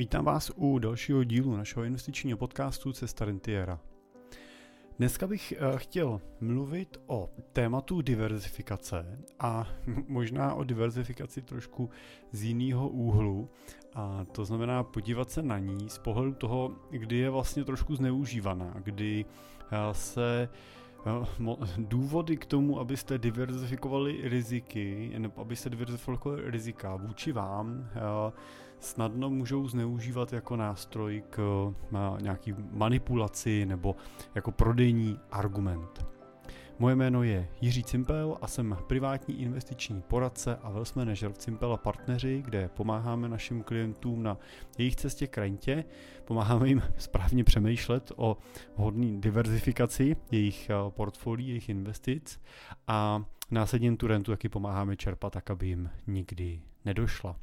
Vítám vás u dalšího dílu našeho investičního podcastu Cesta rentiera. Dneska bych chtěl mluvit o tématu diverzifikace a možná o diverzifikaci trošku z jiného úhlu. A to znamená podívat se na ní z pohledu toho, kdy je vlastně trošku zneužívaná, kdy se důvody k tomu, abyste diverzifikovali riziky, nebo abyste diverzifikovali rizika vůči vám, snadno můžou zneužívat jako nástroj k nějaký manipulaci nebo jako prodejní argument. Moje jméno je Jiří Cimpel a jsem privátní investiční poradce a wealth manager v Cimpel a partneři, kde pomáháme našim klientům na jejich cestě k rentě, pomáháme jim správně přemýšlet o vhodné diverzifikaci jejich portfolií, jejich investic a následně jim tu rentu taky pomáháme čerpat tak, aby jim nikdy nedošla.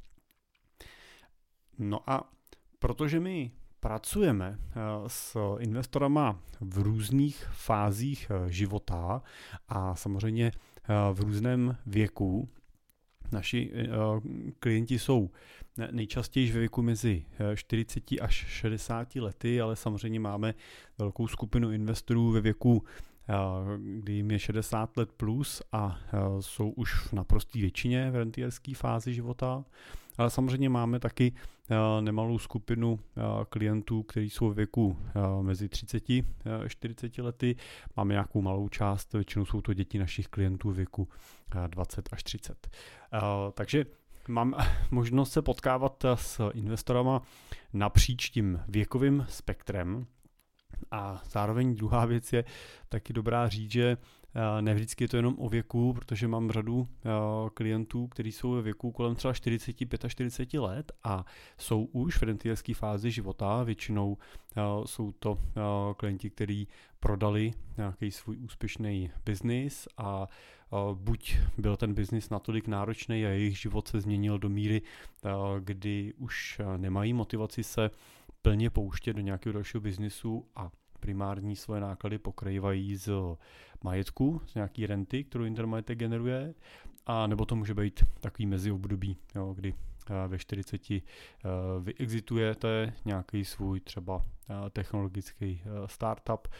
No a protože my pracujeme s investorama v různých fázích života a samozřejmě v různém věku. Naši klienti jsou nejčastěji ve věku mezi 40 až 60 lety, ale samozřejmě máme velkou skupinu investorů ve věku, kdy jim je 60 let plus a jsou už v naprosté většině v rentierské fázi života. Ale samozřejmě máme taky nemalou skupinu klientů, kteří jsou v věku mezi 30 a 40 lety. Máme nějakou malou část, většinou jsou to děti našich klientů v věku 20 až 30. Takže mám možnost se potkávat s investorama napříč tím věkovým spektrem. A zároveň druhá věc je taky dobrá říct, že ne vždycky je to jenom o věku, protože mám řadu klientů, kteří jsou ve věku kolem třeba 40-45 let a jsou už v rentierské fázi života. Většinou jsou to klienti, kteří prodali nějaký svůj úspěšný biznis a buď byl ten biznis natolik náročný a jejich život se změnil do míry, kdy už nemají motivaci se plně pouštět do nějakého dalšího biznisu a primární svoje náklady pokrývají z majetku, z nějaký renty, kterou intermajetek generuje, a nebo to může být takový meziobdobí, kdy ve 40 vyexitujete nějaký svůj třeba technologický startup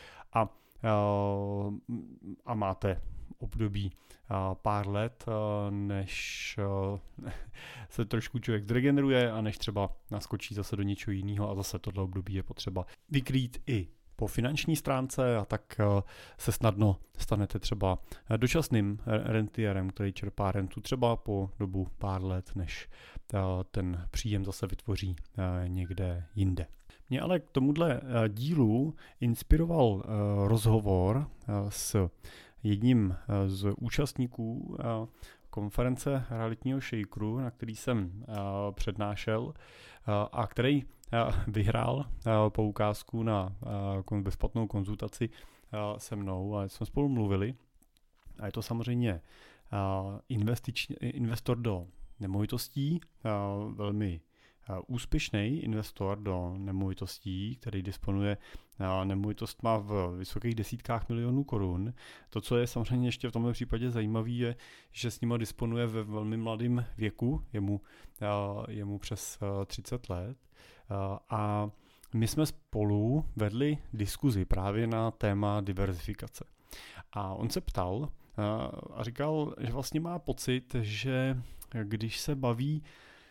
a máte období pár let, než se trošku člověk zregeneruje a než třeba naskočí zase do něčeho jiného a zase tohle období je potřeba vykrýt i po finanční stránce a tak se snadno stanete třeba dočasným rentierem, který čerpá rentu třeba po dobu pár let, než ten příjem zase vytvoří někde jinde. Mě ale k tomuhle dílu inspiroval rozhovor s jedním z účastníků konference realitního shakeru, na který jsem přednášel a který vyhrál poukázku na bezplatnou konzultaci se mnou a jsme spolu mluvili. A je to samozřejmě investor do nemovitostí, velmi úspěšný investor do nemovitostí, který disponuje nemovitostma v vysokých desítkách milionů korun. To, co je samozřejmě ještě v tomto případě zajímavé, je, že s nima disponuje ve velmi mladém věku, je mu přes 30 let. A my jsme spolu vedli diskuzi právě na téma diverzifikace. A on se ptal a říkal, že vlastně má pocit, že když se baví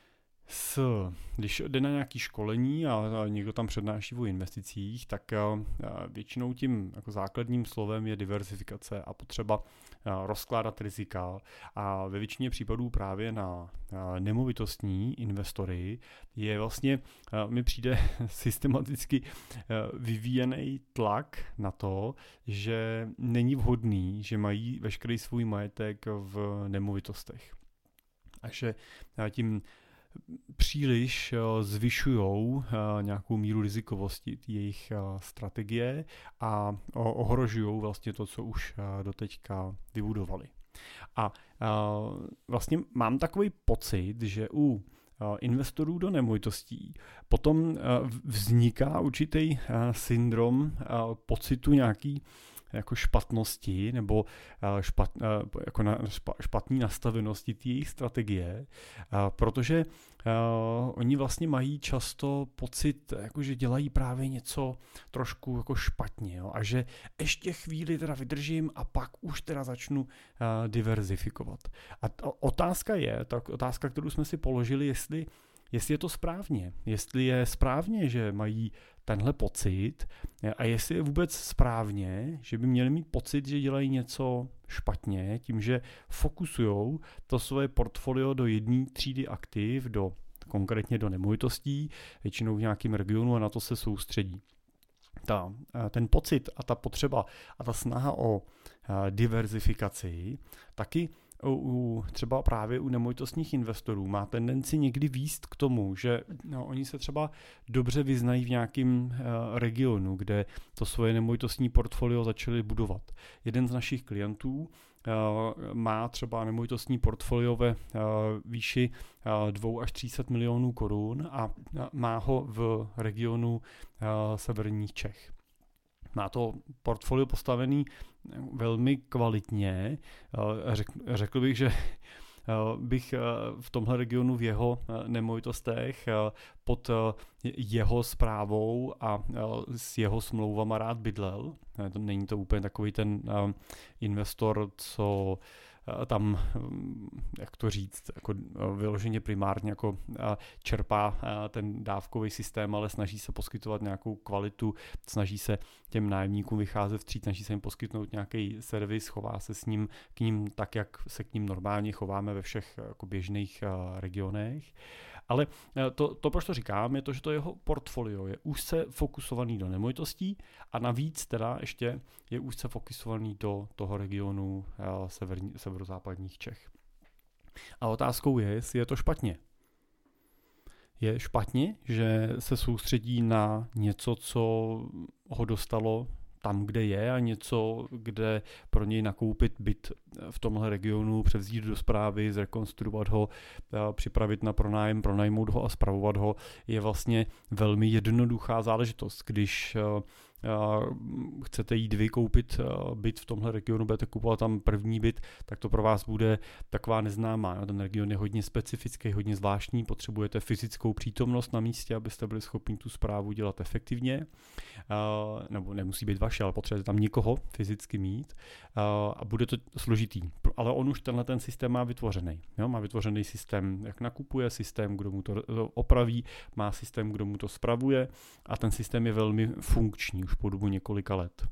když jde na nějaké školení a někdo tam přednáší o investicích, tak většinou tím jako základním slovem je diverzifikace a potřeba rozkládat rizika. A ve většině případů právě na nemovitostní investory je vlastně, mi přijde systematicky vyvíjený tlak na to, že není vhodný, že mají veškerý svůj majetek v nemovitostech. A že tím příliš zvyšujou nějakou míru rizikovosti jejich strategie a ohrožují vlastně to, co už doteďka vybudovali. A vlastně mám takový pocit, že u investorů do nemovitostí potom vzniká určitý syndrom pocitu nějaký jako špatnosti nebo jako špatné nastavenosti té jejich strategie, protože oni vlastně mají často pocit, jako že dělají právě něco trošku jako špatně, jo? A že ještě chvíli teda vydržím a pak už teda začnu diverzifikovat. A otázka, kterou jsme si položili, jestli je to správně, jestli je správně, že mají tenhle pocit a jestli je vůbec správně, že by měli mít pocit, že dělají něco špatně tím, že fokusujou to svoje portfolio do jedné třídy aktiv, konkrétně do nemovitostí, většinou v nějakém regionu a na to se soustředí. Ten pocit a ta potřeba a ta snaha o diverzifikaci taky třeba právě u nemovitostních investorů má tendenci někdy vést k tomu, že oni se třeba dobře vyznají v nějakém regionu, kde to svoje nemovitostní portfolio začali budovat. Jeden z našich klientů má třeba nemovitostní portfolio ve výši 2 až 300 milionů korun a má ho v regionu severních Čech. Má to portfolio postavený velmi kvalitně. Řekl bych, že bych v tomhle regionu v jeho nemovitostech pod jeho správou a s jeho smlouvama rád bydlel. Není to úplně takový ten investor, co tam, jak to říct, jako vyloženě primárně jako čerpá ten dávkový systém, ale snaží se poskytovat nějakou kvalitu, snaží se těm nájemníkům vycházet vstříc, snaží se jim poskytnout nějaký servis, chová se k ním tak, jak se k ním normálně chováme ve všech jako běžných regionech. Ale proč to říkám, je to, že to jeho portfolio je úzce fokusovaný do nemovitostí a navíc teda ještě je úzce fokusovaný do toho regionu severozápadních Čech. A otázkou je, jestli je to špatně. Je špatně, že se soustředí na něco, co ho dostalo tam, kde je a něco, kde pro něj nakoupit byt v tomhle regionu, převzít do správy, zrekonstruovat ho, připravit na pronájem, pronajmout ho a spravovat ho, je vlastně velmi jednoduchá záležitost. Když chcete jít vykoupit byt v tomhle regionu, budete kupovat tam první byt, tak to pro vás bude taková neznámá. Ten region je hodně specifický, hodně zvláštní, potřebujete fyzickou přítomnost na místě, abyste byli schopni tu správu dělat efektivně, nebo nemusí být vaše, ale potřebujete tam někoho fyzicky mít a bude to složitý. Ale on už ten systém má vytvořený. Jo? Má vytvořený systém, jak nakupuje, systém, kdo mu to opraví, má systém, kdo mu to spravuje a ten systém je velmi funkční už po dobu několika let.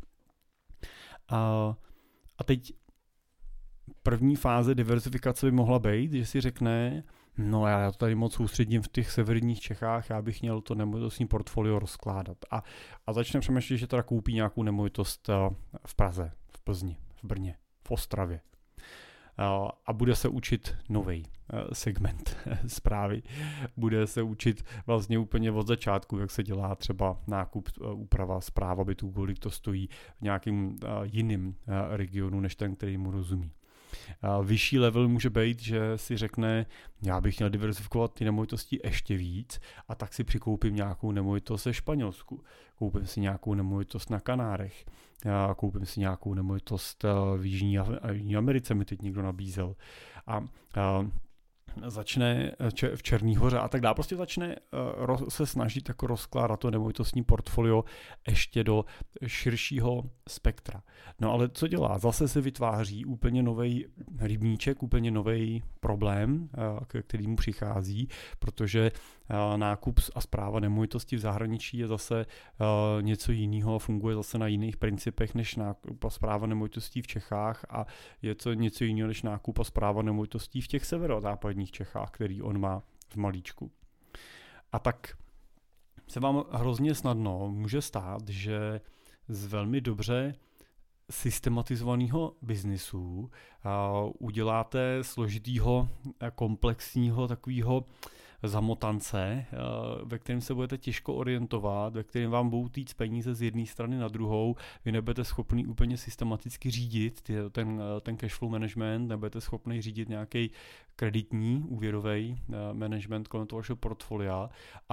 A teď první fáze diverzifikace by mohla být, že si řekne, no já to tady moc soustředím v těch severních Čechách, já bych měl to nemovitostní portfolio rozkládat. A začne přemýšlet, že teda koupí nějakou nemovitost v Praze, v Plzni, v Brně, v Ostravě. A bude se učit nový segment správy. Bude se učit vlastně úplně od začátku, jak se dělá třeba nákup, úprava, správa bytů, kolik to stojí v nějakým jiným regionu, než ten, který mu rozumí. Vyšší level může být, že si řekne, já bych měl diverzifikovat ty nemovitosti ještě víc a tak si přikoupím nějakou nemovitost ve Španělsku, koupím si nějakou nemovitost na Kanárech, koupím si nějakou nemovitost v Jižní Americe, mi teď někdo nabízel a začne v Černý Hoře a tak dále. Prostě začne se snažit jako rozkládat to nemovitostní portfolio ještě do širšího spektra. No ale co dělá? Zase se vytváří úplně nový rybníček, úplně nový problém, k kterému přichází, protože nákup a správa nemovitosti v zahraničí je zase něco jiného, funguje zase na jiných principech než nákup a správa nemovitostí v Čechách a je to něco jiného než nákup a správa nemovitostí v těch severozápadních Čechách, který on má v malíčku. A tak se vám hrozně snadno může stát, že z velmi dobře systematizovaného biznisu uděláte složitýho, komplexního takového zamotance, ve kterém se budete těžko orientovat, ve kterém vám budou týct peníze z jedné strany na druhou, vy nebudete schopný úplně systematicky řídit ten cash flow management, nebudete schopný řídit nějaký kreditní, úvěrový management kolem toho vašeho portfolia a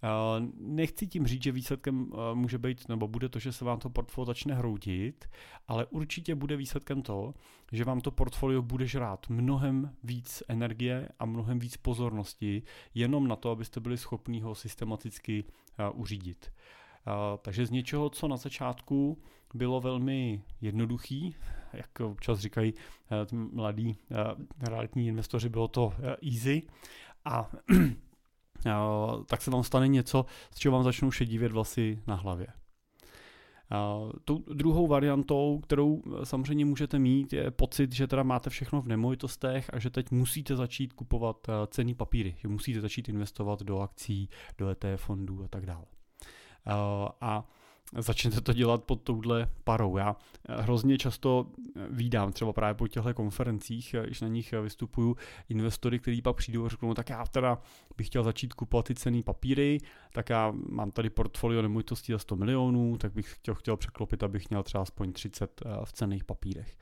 Nechci tím říct, že výsledkem může být, nebo bude to, že se vám to portfolio začne hroutit, ale určitě bude výsledkem to, že vám to portfolio bude žrát mnohem víc energie a mnohem víc pozornosti, jenom na to, abyste byli schopni ho systematicky uřídit. Takže z něčeho, co na začátku bylo velmi jednoduchý, jak občas říkají mladí realitní investoři, bylo to easy a tak se vám stane něco, z čeho vám začnou šedivět vlasy na hlavě. Tou druhou variantou, kterou samozřejmě můžete mít, je pocit, že teda máte všechno v nemovitostech a že teď musíte začít kupovat cenné papíry, že musíte začít investovat do akcí, do ETF fondů a tak dále. A začnete to dělat pod touhle parou. Já hrozně často vídám třeba právě po těchto konferencích, když na nich vystupuju, investory, kteří pak přijdou a řeknou, no tak já teda bych chtěl začít kupovat ty cenné papíry, tak já mám tady portfolio nemovitostí za 100 milionů, tak bych chtěl překlopit, abych měl třeba aspoň 30 v cenných papírech.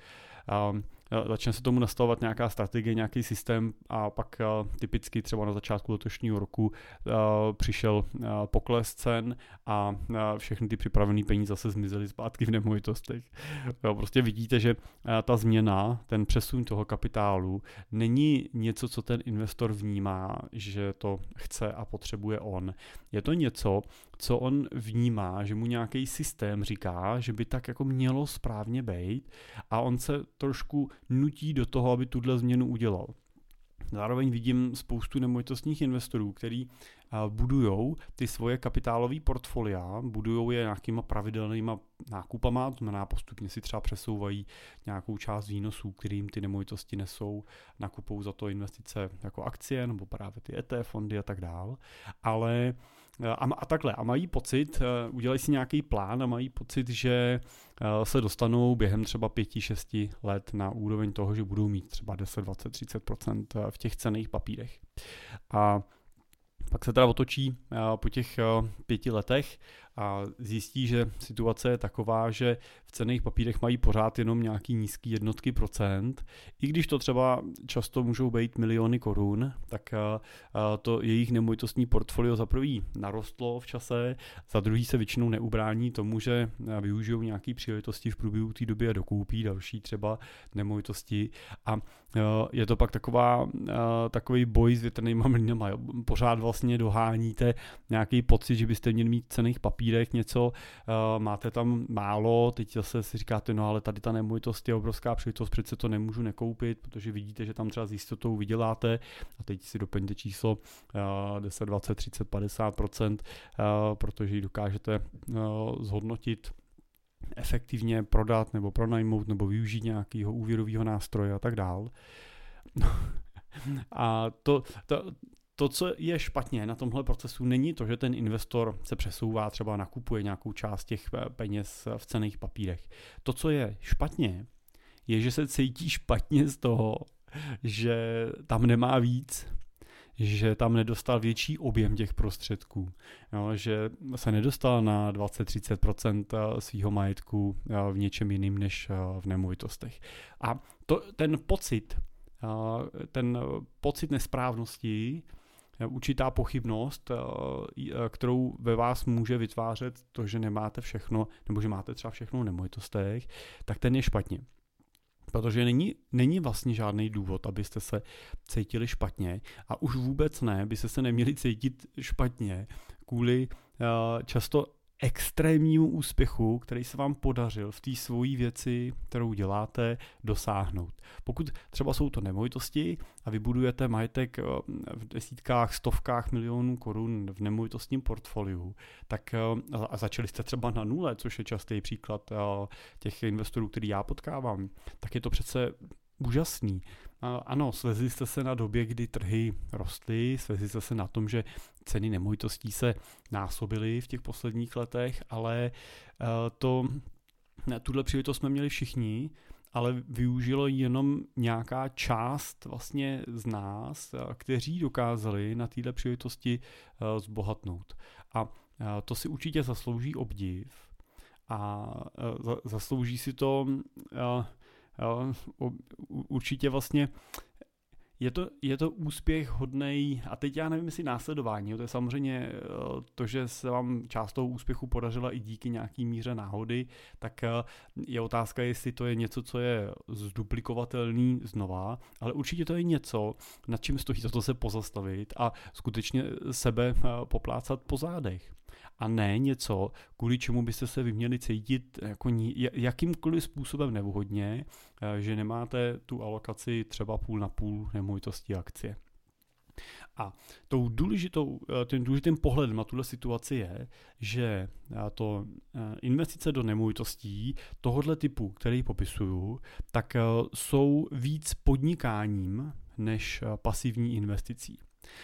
Začne se tomu nastavovat nějaká strategie, nějaký systém a pak typicky třeba na začátku letošního roku přišel pokles cen a všechny ty připravené peníze zase zmizely zpátky v nemovitostech. Prostě vidíte, že ta změna, ten přesun toho kapitálu není něco, co ten investor vnímá, že to chce a potřebuje on. Je to něco, co on vnímá, že mu nějaký systém říká, že by tak jako mělo správně být a on se trošku nutí do toho, aby tuhle změnu udělal. Zároveň vidím spoustu nemovitostních investorů, kteří budujou ty svoje kapitálové portfolia, budujou je nějakýma pravidelnýma nákupama, to znamená postupně si třeba přesouvají nějakou část výnosů, kterým ty nemovitosti nesou, nakupou za to investice jako akcie nebo právě ty ETF fondy a tak dál. Ale a mají pocit, udělají si nějaký plán a mají pocit, že se dostanou během třeba 5-6 let na úroveň toho, že budou mít třeba 10, 20, 30% v těch cenných papírech. A pak se teda otočí po těch 5 letech a zjistí, že situace je taková, že v cenných papírech mají pořád jenom nějaký nízký jednotky procent. I když to třeba často můžou být miliony korun, tak to jejich nemovitostní portfolio za prvý narostlo v čase, za druhý se většinou neubrání tomu, že využijou nějaké příležitosti v průběhu té doby a dokoupí další třeba nemovitosti. A je to pak takový boj s větrnýma mlýnama. Pořád vlastně doháníte nějaký pocit, že byste měli mít v cenných papírech něco, máte tam málo, teď zase si říkáte, no ale tady ta nemovitost je obrovská příležitost, přece to nemůžu nekoupit, protože vidíte, že tam třeba s jistotou vyděláte a teď si doplňte číslo 10, 20, 30, 50%, protože ji dokážete zhodnotit, efektivně prodat nebo pronajmout nebo využít nějakého úvěrového nástroje a tak dál. A to, co je špatně na tomhle procesu, není to, že ten investor se přesouvá, třeba nakupuje nějakou část těch peněz v cenných papírech. To, co je špatně, je, že se cítí špatně z toho, že tam nemá víc, že tam nedostal větší objem těch prostředků, jo, že se nedostal na 20-30% svého majetku v něčem jiným než v nemovitostech. A ten pocit nesprávnosti, určitá pochybnost, kterou ve vás může vytvářet to, že nemáte všechno, nebo že máte třeba všechno v nemovitostech, tak ten je špatně. Protože není vlastně žádný důvod, abyste se cítili špatně a už vůbec ne, byste se neměli cítit špatně kvůli často extrémnímu úspěchu, který se vám podařil v té svojí věci, kterou děláte, dosáhnout. Pokud třeba jsou to nemovitosti a vybudujete majetek v desítkách, stovkách milionů korun v nemovitostním portfoliu, tak a začali jste třeba na nule, což je častý příklad těch investorů, který já potkávám, tak je to přece úžasný. Ano, svezli jste se na době, kdy trhy rostly, svezli jste se na tom, že ceny nemovitostí se násobily v těch posledních letech, ale tuhle příležitost jsme měli všichni, ale využilo jenom nějaká část vlastně z nás, kteří dokázali na téhle příležitosti zbohatnout. A to si určitě zaslouží obdiv a zaslouží si to určitě vlastně je to úspěch hodnej, a teď já nevím, jestli následování, to je samozřejmě to, že se vám část toho úspěchu podařila i díky nějaký míře náhody, tak je otázka, jestli to je něco, co je zduplikovatelný znova, ale určitě to je něco, nad čím stojí za to se pozastavit a skutečně sebe poplácat po zádech. A ne něco, kvůli čemu byste se vy měli cítit jako jakýmkoliv způsobem nevhodně, že nemáte tu alokaci třeba půl na půl nemovitosti akcie. A tím důležitým pohledem na tuhle situaci je, že to investice do nemovitostí tohohle typu, který popisuju, tak jsou víc podnikáním než pasivní investicí.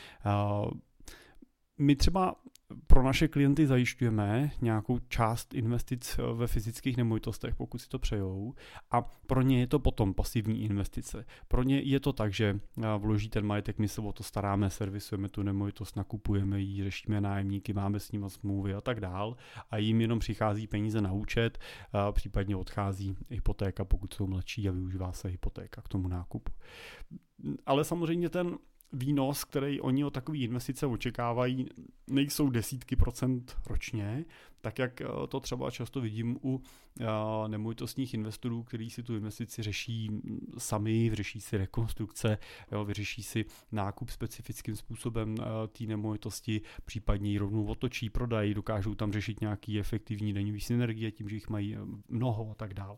My třeba pro naše klienty zajišťujeme nějakou část investic ve fyzických nemovitostech, pokud si to přejou, a pro ně je to potom pasivní investice. Pro ně je to tak, že vloží ten majetek, my se o to staráme, servisujeme tu nemovitost, nakupujeme ji, řešíme nájemníky, máme s nimi smlouvy a tak dál, a jim jenom přichází peníze na účet, případně odchází hypotéka, pokud jsou mladší, a využívá se hypotéka k tomu nákupu. Ale samozřejmě ten výnos, který oni od takové investice očekávají, nejsou desítky procent ročně, tak jak to třeba často vidím u nemovitostních investorů, kteří si tu investici řeší sami, vyřeší si rekonstrukce, vyřeší si nákup specifickým způsobem té nemovitosti, případně ji rovnou otočí, prodají, dokážou tam řešit nějaký efektivní daňový synergie tím, že jich mají mnoho a tak dál.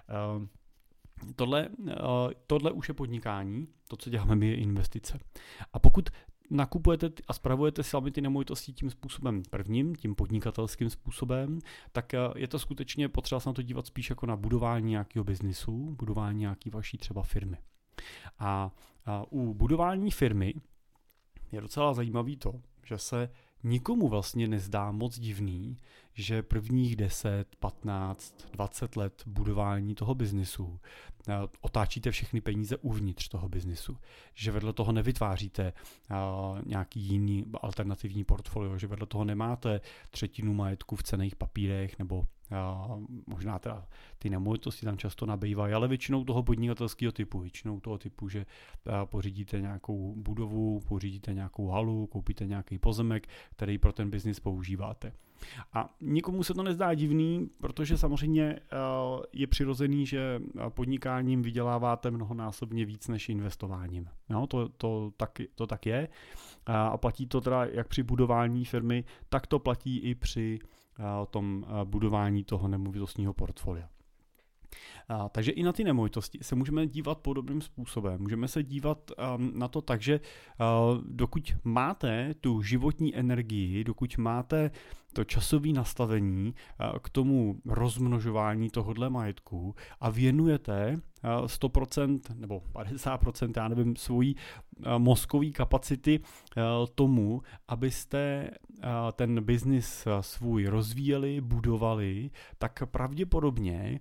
Tohle už je podnikání, to, co děláme my, je investice. A pokud nakupujete a spravujete sami ty nemovitosti tím způsobem prvním, tím podnikatelským způsobem, tak je to skutečně potřeba se na to dívat spíš jako na budování nějakého biznisu, budování nějaké vaší třeba firmy. A u budování firmy je docela zajímavý to, že se nikomu vlastně nezdá moc divný, že prvních 10, 15, 20 let budování toho biznisu otáčíte všechny peníze uvnitř toho biznisu, že vedle toho nevytváříte nějaký jiný alternativní portfolio, že vedle toho nemáte třetinu majetku v cenných papírech nebo možná teda ty nemovitosti tam často nabývají, ale většinou toho podnikatelského typu, že pořídíte nějakou budovu, pořídíte nějakou halu, koupíte nějaký pozemek, který pro ten biznis používáte. A nikomu se to nezdá divný, protože samozřejmě je přirozený, že podnikáním vyděláváte mnohonásobně víc než investováním. No, to tak je. A platí to teda jak při budování firmy, tak to platí i při tom budování toho nemovitostního portfolia. Takže i na ty nemovitosti se můžeme dívat podobným způsobem. Můžeme se dívat na to tak, že dokud máte tu životní energii, dokud máte to časové nastavení k tomu rozmnožování tohodle majetku a věnujete 100% nebo 50%, já nevím, svojí mozkový kapacity tomu, abyste ten biznis svůj rozvíjeli, budovali, tak pravděpodobně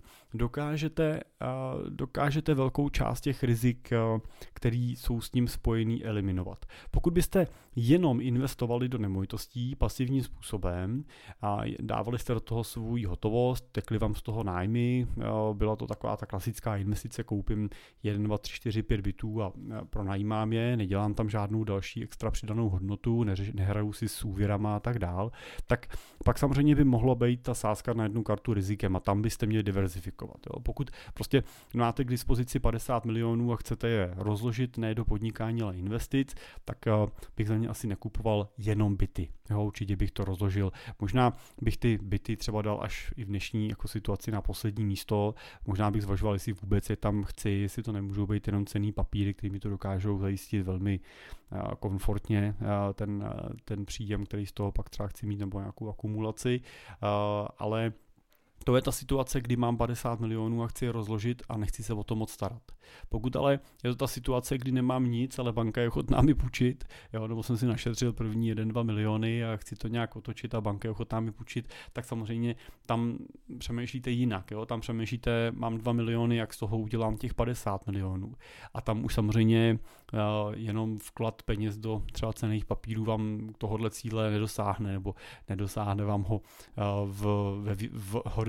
dokážete velkou část těch rizik, které jsou s ním spojený, eliminovat. Pokud byste jenom investovali do nemovitostí pasivním způsobem a dávali jste do toho svou hotovost, tekli vám z toho nájmy, byla to taková ta klasická investice, koupím 1, 2, 3, 4, 5 bytů a pronajímám je, nedělám tam žádnou další extra přidanou hodnotu, nehraju si s úvěrama a tak dál, tak pak samozřejmě by mohlo být ta sázka na jednu kartu rizikem a tam byste měli diverzifikovat. Jo. Pokud prostě máte k dispozici 50 milionů a chcete je rozložit ne do podnikání, ale investic, tak bych za ně asi nekupoval jenom byty. Jo, určitě bych to rozložil. Možná bych ty byty třeba dal až i v dnešní jako situaci na poslední místo. Možná bych zvažoval, jestli vůbec je tam chci, jestli to nemůžou být jenom cenný papíry, který mi to dokážou zajistit velmi komfortně ten příjem, který z toho pak třeba chci mít, nebo nějakou akumulaci, ale to je ta situace, kdy mám 50 milionů a chci je rozložit a nechci se o to moc starat. Pokud ale je to ta situace, kdy nemám nic, ale banka je ochotná mi půjčit, jo, nebo jsem si našetřil první 1-2 miliony a chci to nějak otočit a banka je ochotná mi půjčit, tak samozřejmě tam přemýšlíte jinak. Jo? Tam přemýšlíte, mám 2 miliony, jak z toho udělám těch 50 milionů. A tam už samozřejmě jenom vklad peněz do třeba cenných papírů vám tohodle cíle nedosáhne, nebo nedosáhne vám ho v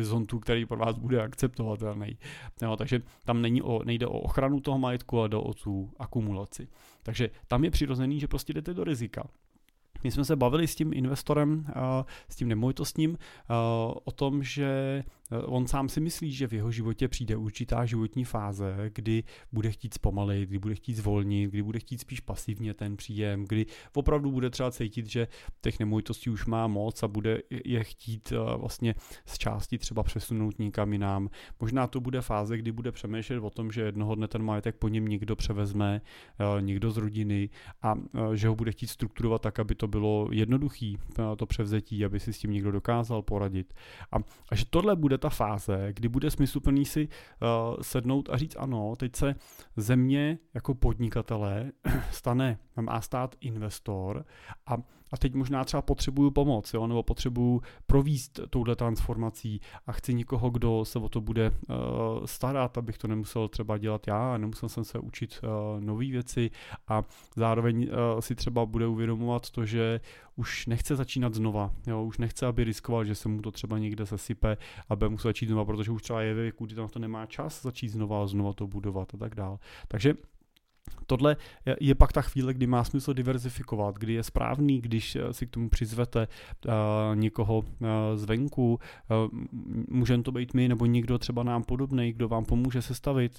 horizontu, který pro vás bude akceptovatelný. No, takže tam nejde o ochranu toho majetku, ale jde o tu akumulaci. Takže tam je přirozený, že prostě jdete do rizika. My jsme se bavili s tím investorem, s tím nemovitostním, o tom, že on sám si myslí, že v jeho životě přijde určitá životní fáze, kdy bude chtít zpomalit, kdy bude chtít zvolnit, kdy bude chtít spíš pasivně ten příjem, kdy opravdu bude třeba cítit, že těch nemovitostí už má moc a bude je chtít vlastně z části třeba přesunout někam jinam. Možná to bude fáze, kdy bude přemýšlet o tom, že jednoho dne ten majetek po něm někdo převezme, někdo z rodiny a že ho bude chtít strukturovat tak, aby to bylo jednoduchý, to převzetí, aby si s tím někdo dokázal poradit. A že tohle bude ta fáze, kdy bude smysluplný si sednout a říct ano, teď se ze mě jako podnikatele má stát investor a teď možná třeba potřebuju pomoc, jo, nebo potřebuju provést touhle transformací a chci někoho, kdo se o to bude starat, abych to nemusel třeba dělat já, nemusel jsem se učit nové věci a zároveň si třeba bude uvědomovat to, že už nechce začínat znova, jo, už nechce, aby riskoval, že se mu to třeba někde sesype, aby musel začít znova, protože už třeba je věk, kdy tam to nemá čas začít znova to budovat a tak dál. Takže tohle je pak ta chvíle, kdy má smysl diverzifikovat, kdy je správný, když si k tomu přizvete někoho zvenku, můžeme to být my nebo někdo třeba nám podobný, kdo vám pomůže sestavit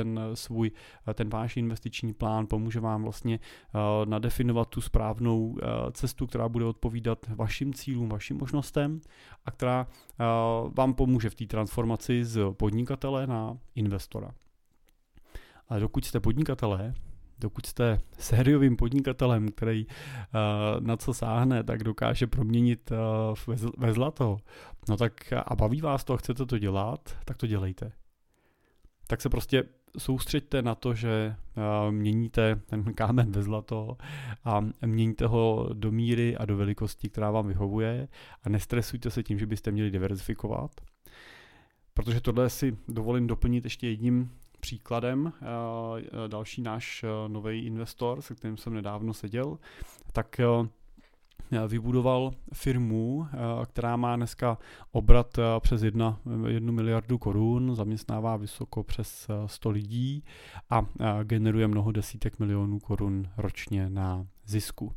ten váš investiční plán, pomůže vám vlastně nadefinovat tu správnou cestu, která bude odpovídat vašim cílům, vašim možnostem a která vám pomůže v té transformaci z podnikatele na investora. Ale dokud jste podnikatelé, dokud jste sériovým podnikatelem, který na co sáhne, tak dokáže proměnit ve zlato, no tak a baví vás to a chcete to dělat, tak to dělejte. Tak se prostě soustřeďte na to, že měníte ten kámen ve zlato a měníte ho do míry a do velikosti, která vám vyhovuje a nestresujte se tím, že byste měli diverzifikovat, protože tohle si dovolím doplnit ještě jedním příkladem. Další náš nový investor, se kterým jsem nedávno seděl, tak vybudoval firmu, která má dneska obrat přes 1 miliardu korun, zaměstnává vysoko přes 100 lidí a generuje mnoho desítek milionů korun ročně na zisku.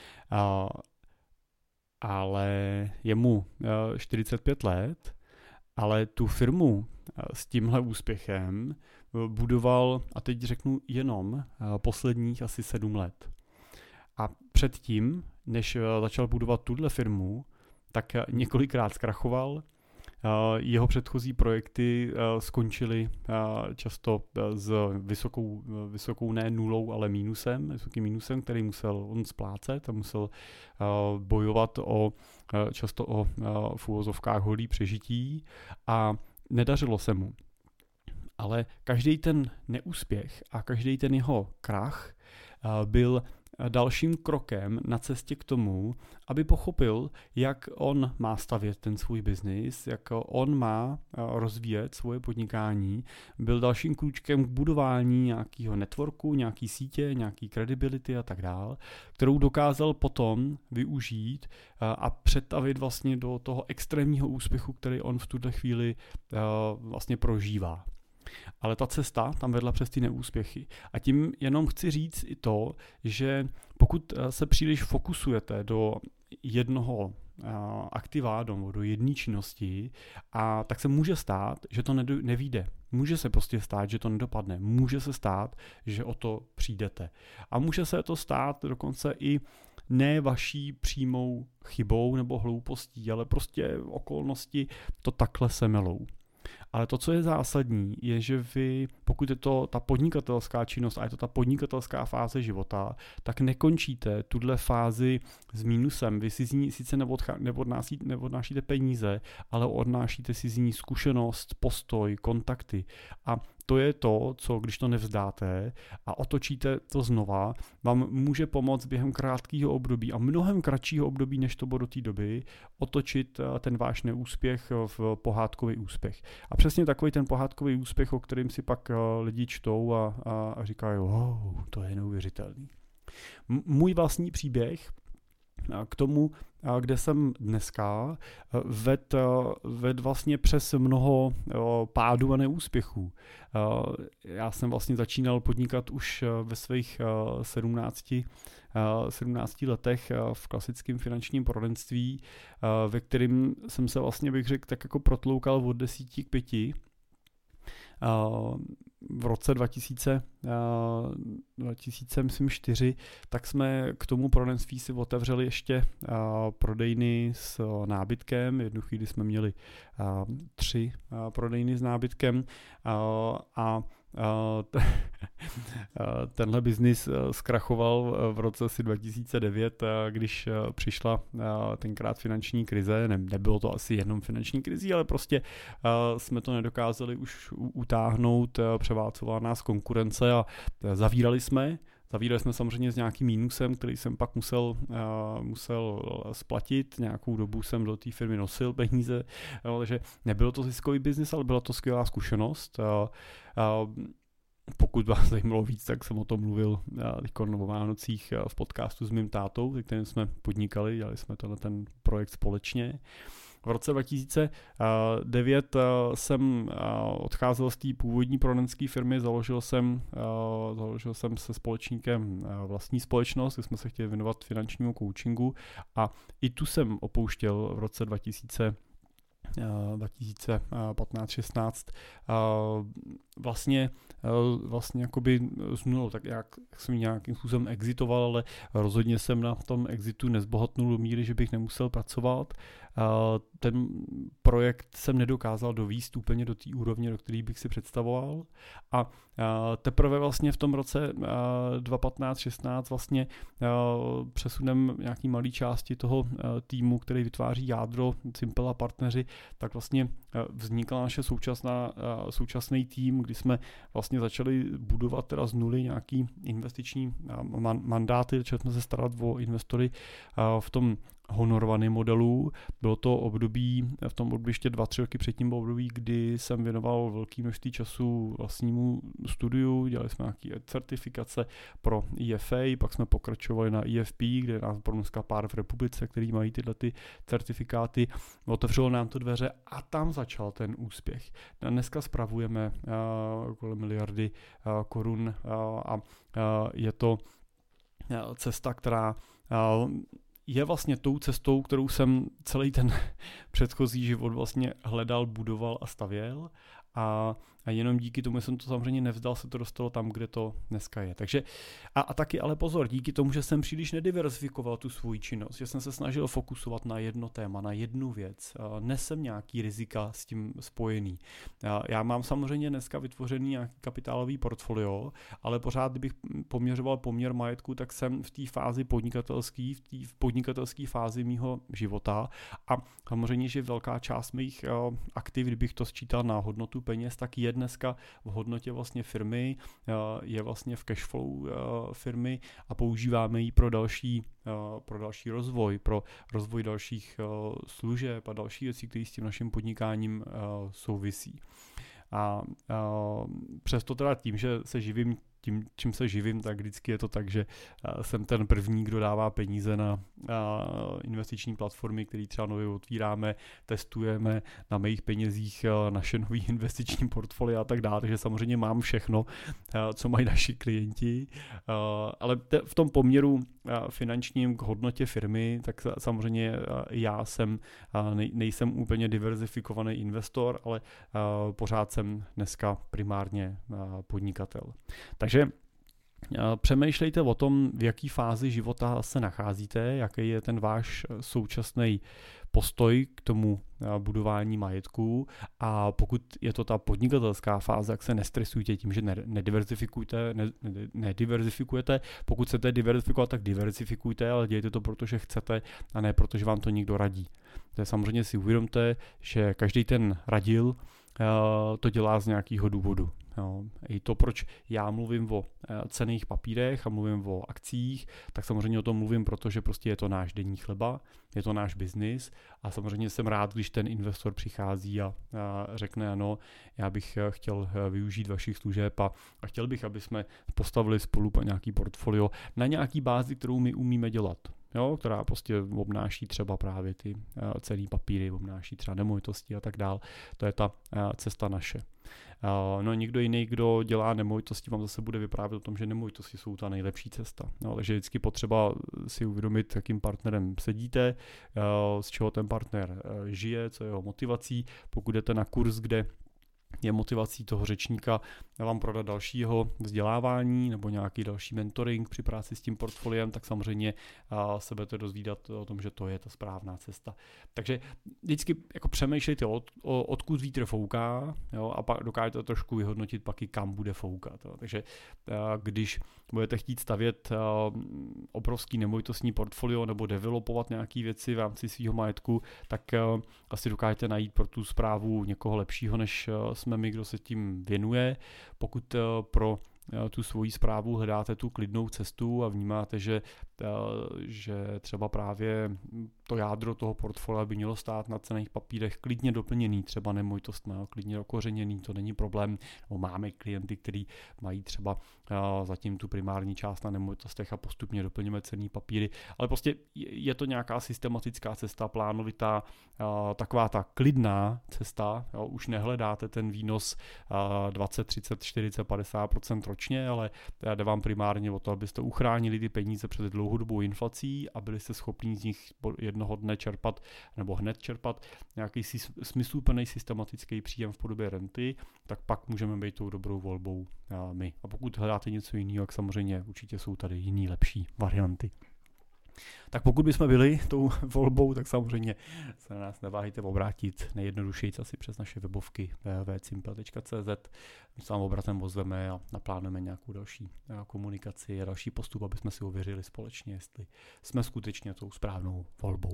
Ale je mu 45 let, ale tu firmu s tímhle úspěchem budoval, a teď řeknu jenom, posledních asi 7 let. A předtím, než začal budovat tuhle firmu, tak několikrát zkrachoval. Jeho předchozí projekty skončily často s vysokou ne nulou, ale vysokým mínusem, který musel on splácet a musel bojovat často o v uvozovkách holý přežití a nedařilo se mu. Ale každý ten neúspěch a každý ten jeho krach byl dalším krokem na cestě k tomu, aby pochopil, jak on má stavět ten svůj biznis, jak on má rozvíjet svoje podnikání, byl dalším krůčkem k budování nějakého networku, nějaký sítě, nějaký credibility a tak dál, kterou dokázal potom využít a přetavit vlastně do toho extrémního úspěchu, který on v tuhle chvíli vlastně prožívá. Ale ta cesta tam vedla přes ty neúspěchy. A tím jenom chci říct i to, že pokud se příliš fokusujete do jednoho aktiva, do jedné činnosti, tak se může stát, že to nevyjde. Může se prostě stát, že to nedopadne. Může se stát, že o to přijdete. A může se to stát dokonce i ne vaší přímou chybou nebo hloupostí, ale prostě okolnosti to takhle semelou. Ale to, co je zásadní, je, že vy, pokud je to ta podnikatelská činnost a je to ta podnikatelská fáze života, tak nekončíte tuhle fázi s mínusem. Vy si z ní sice neodnášíte peníze, ale odnášíte si z ní zkušenost, postoj, kontakty. A to je to, co když to nevzdáte a otočíte to znova, vám může pomoct během krátkého období a mnohem kratšího období, než to bylo do té doby, otočit ten váš neúspěch v pohádkový úspěch. A přesně takový ten pohádkový úspěch, o kterým si pak lidi čtou a říkají, wow, to je neuvěřitelný. Můj vlastní příběh k tomu, kde jsem dneska, ved vlastně přes mnoho pádů a neúspěchů. Já jsem vlastně začínal podnikat už ve svých 17 letech v klasickém finančním poradenství, ve kterým jsem se vlastně, bych řekl, tak jako protloukal od 10 k 5. V roce 2004, tak jsme k tomu poradenství si otevřeli ještě prodejny s nábytkem. Jednu chvíli jsme měli 3 prodejny s nábytkem a tenhle biznis zkrachoval v roce 2009, když přišla tenkrát finanční krize. Nebylo to asi jenom finanční krizí, ale prostě jsme to nedokázali už utáhnout, převálcovala nás konkurence a zavírali jsme samozřejmě s nějakým mínusem, který jsem pak musel splatit. Nějakou dobu jsem do té firmy nosil peníze, takže nebylo to ziskový biznis, ale byla to skvělá zkušenost. Pokud vás zajímalo víc, tak jsem o tom mluvil o Vánocích v podcastu s mým tátou, se kterým jsme podnikali, dělali jsme ten projekt společně. V roce 2009 jsem odcházel z té původní poradenské firmy, založil jsem se společníkem vlastní společnost, kde jsme se chtěli věnovat finančnímu coachingu a i tu jsem opouštěl v roce 2015-16 vlastně jakoby z nulou, tak jak jsem nějakým způsobem exitoval, ale rozhodně jsem na tom exitu nezbohatnul do míry, že bych nemusel pracovat. Ten projekt jsem nedokázal dovést úplně do té úrovně, do které bych si představoval a teprve vlastně v tom roce 2015-16 vlastně přesunem nějaký malý části toho týmu, který vytváří jádro, Simple a partneři, tak vlastně vznikla naše současný tým, kdy jsme vlastně začali budovat teda z nuly nějaký investiční mandáty, začali jsme se starat o investory v tom honorovaném modelu. Bylo to období, v tom období ještě 2-3 roky předtím bylo období, kdy jsem věnoval velké množství času vlastnímu studiu, dělali jsme nějaké certifikace pro EFA, pak jsme pokračovali na EFP, kde je nás dneska pár v republice, který mají tyhle ty certifikáty. Otevřelo nám to dveře a tam začal ten úspěch. Dneska spravujeme kolem miliardy korun a je to cesta, která je vlastně tou cestou, kterou jsem celý ten předchozí život vlastně hledal, budoval a stavěl a jenom díky tomu jsem to samozřejmě nevzdal, se to dostalo tam, kde to dneska je. Takže a taky ale pozor, díky tomu, že jsem příliš nediverzifikoval tu svou činnost, že jsem se snažil fokusovat na jedno téma, na jednu věc, nesem nějaký rizika s tím spojený. Já mám samozřejmě dneska vytvořený nějaký kapitálový portfolio, ale pořád, kdybych poměřoval poměr majetku, tak jsem v té fázi podnikatelské fázi mýho života a samozřejmě, že velká část mých aktiv, kdybych to sčítal na hodnotu peněz, tak je dneska v hodnotě vlastně firmy, je vlastně v cashflow firmy a používáme ji pro další rozvoj, pro rozvoj dalších služeb a další věcí, které s tím naším podnikáním souvisí. A přesto teda tím, že se živím čím se živím, tak vždycky je to tak, že jsem ten první, kdo dává peníze na investiční platformy, které třeba nově otvíráme, testujeme na mých penězích naše nový investiční portfolio a tak dále, takže samozřejmě mám všechno, co mají naši klienti, ale v tom poměru finančním k hodnotě firmy, tak samozřejmě já nejsem úplně diverzifikovaný investor, ale pořád jsem dneska primárně podnikatel. Takže přemýšlejte o tom, v jaký fázi života se nacházíte, jaký je ten váš současný postoj k tomu budování majetku a pokud je to ta podnikatelská fáze, jak se nestresujte tím, že nediverzifikujete. Pokud chcete diverzifikovat, tak diverzifikujte, ale dějte to, protože chcete a ne protože vám to někdo radí. To je samozřejmě si uvědomte, že každý ten radil to dělá z nějakého důvodu. Jo. I to, proč já mluvím o cenných papírech a mluvím o akcích, tak samozřejmě o tom mluvím, protože prostě je to náš denní chleba, je to náš biznis a samozřejmě jsem rád, když ten investor přichází a řekne ano, já bych chtěl využít vašich služeb a chtěl bych, aby jsme postavili spolu nějaký portfolio na nějaký bázi, kterou my umíme dělat. jo, která prostě obnáší třeba právě ty cenné papíry, obnáší třeba nemovitosti a tak dál. To je ta cesta naše. No někdo jiný, kdo dělá nemovitosti, vám zase bude vyprávět o tom, že nemovitosti jsou ta nejlepší cesta. No, takže vždycky potřeba si uvědomit, jakým partnerem sedíte, z čeho ten partner žije, co je jeho motivací. Pokud jdete na kurz, kde je motivací toho řečníka vám prodat dalšího vzdělávání nebo nějaký další mentoring při práci s tím portfoliem, tak samozřejmě se budete dozvídat o tom, že to je ta správná cesta. Takže vždycky jako přemýšlejte, odkud vítr fouká, jo, a pak dokážete trošku vyhodnotit pak i kam bude foukat. Jo. Takže když budete chtít stavět obrovský nemovitostní portfolio nebo developovat nějaké věci v rámci svého majetku, tak asi dokážete najít pro tu správu někoho lepšího, než jsme my, kdo se tím věnuje. Pokud pro tu svoji správu hledáte tu klidnou cestu a vnímáte, že třeba právě to jádro toho portfolia by mělo stát na cenných papírech klidně doplněný, třeba nemovitostmi, klidně okořeněný, to není problém. Máme klienty, kteří mají třeba zatím tu primární část na nemovitostech a postupně doplňujeme cenný papíry, ale prostě je to nějaká systematická cesta, plánovitá, taková ta klidná cesta, jo, už nehledáte ten výnos 20, 30, 40, 50% ročně, ale jde vám primárně o to, abyste uchránili ty peníze před dlouhodobou inflací a byli jste schopni z nich jednoho dne čerpat nebo hned čerpat nějaký smysluplný systematický příjem v podobě renty, tak pak můžeme být tou dobrou volbou my. A pokud hledáte něco jiného, tak samozřejmě určitě jsou tady jiný lepší varianty. Tak pokud bychom byli tou volbou, tak samozřejmě se na nás neváhejte obrátit nejjednodušeji asi přes naše webovky www.simple.cz. My se vám obratem ozveme a naplánujeme nějakou další komunikaci a další postup, aby jsme si ověřili společně, jestli jsme skutečně tou správnou volbou.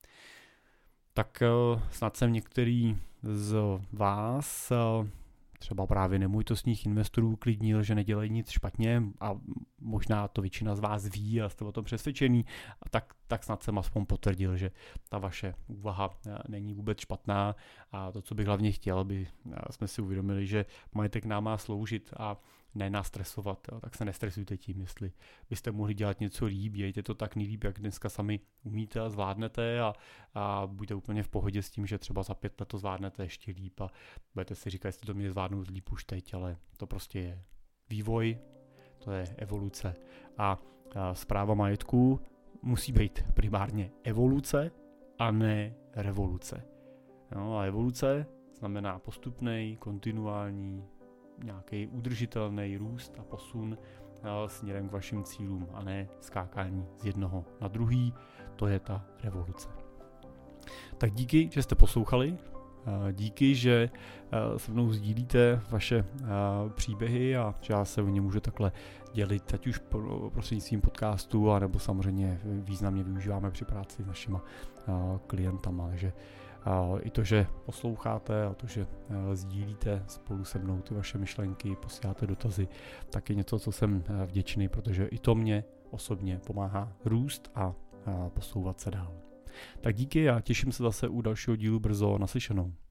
Tak snad jsem některý z vás, třeba právě nemovitostních investorů, klidnil, že nedělají nic špatně a možná to většina z vás ví a jste o tom přesvědčený, a tak snad jsem aspoň potvrdil, že ta vaše úvaha není vůbec špatná a to, co bych hlavně chtěl, aby jsme si uvědomili, že majetek nám má sloužit a ne nás stresovat, jo. Tak se nestresujte tím, jestli byste mohli dělat něco líp, dějte to tak nejlíp, jak dneska sami umíte a zvládnete a buďte úplně v pohodě s tím, že třeba za 5 let to zvládnete ještě líp a budete si říkat, jestli to mě zvládnout líp už teď, ale to prostě je vývoj, to je evoluce a správa majetku musí být primárně evoluce a ne revoluce. No, a evoluce znamená postupný, kontinuální, nějaký udržitelný růst a posun směrem k vašim cílům a ne skákání z jednoho na druhý. To je ta revoluce. Tak díky, že jste poslouchali. Díky, že se mnou sdílíte vaše příběhy a že já se o ně můžu takhle dělit, ať už prostřednictvím podcastu, anebo samozřejmě významně využíváme při práci s našima klientama. Takže i to, že posloucháte a to, že sdílíte spolu se mnou ty vaše myšlenky, posíláte dotazy, tak je něco, co jsem vděčný, protože i to mě osobně pomáhá růst a posouvat se dál. Tak díky a těším se zase u dalšího dílu brzo. Naslyšenou.